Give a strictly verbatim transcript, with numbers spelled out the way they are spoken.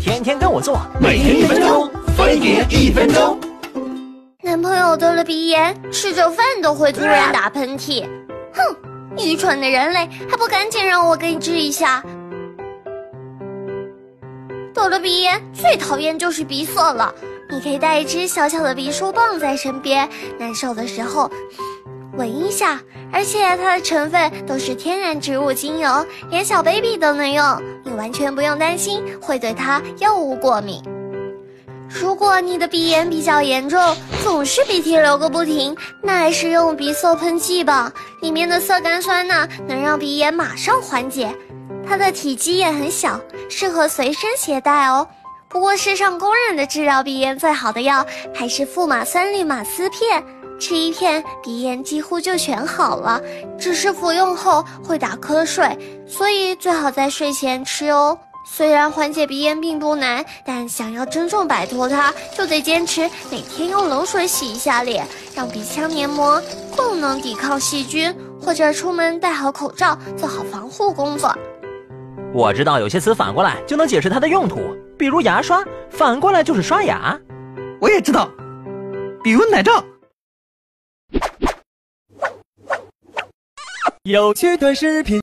天天跟我做， 每天一分钟，飞碟一分钟。 男朋友得了鼻炎，吃着饭都会突然打喷嚏。哼，愚蠢的人类，还不赶紧让我给你治一下？得了鼻炎，最讨厌就是鼻塞了。你可以带一支小小的鼻舒棒在身边，难受的时候闻一下，而且它的成分都是天然植物精油，连小 baby 都能用，你完全不用担心会对它药物过敏。如果你的鼻炎比较严重，总是鼻涕流个不停，那还是用鼻塞喷剂吧，里面的色苷酸钠能让鼻炎马上缓解，它的体积也很小，适合随身携带哦。不过世上公认的治疗鼻炎最好的药还是富马酸氯马斯片，吃一片鼻炎几乎就全好了，只是服用后会打瞌睡，所以最好在睡前吃哦。虽然缓解鼻炎并不难，但想要真正摆脱它，就得坚持每天用冷水洗一下脸，让鼻腔黏膜更能抵抗细菌，或者出门戴好口罩，做好防护工作。 我知道有些词反过来就能解释它的用途，比如牙刷，反过来就是刷牙。 我也知道，比如奶罩。 有趣短视频。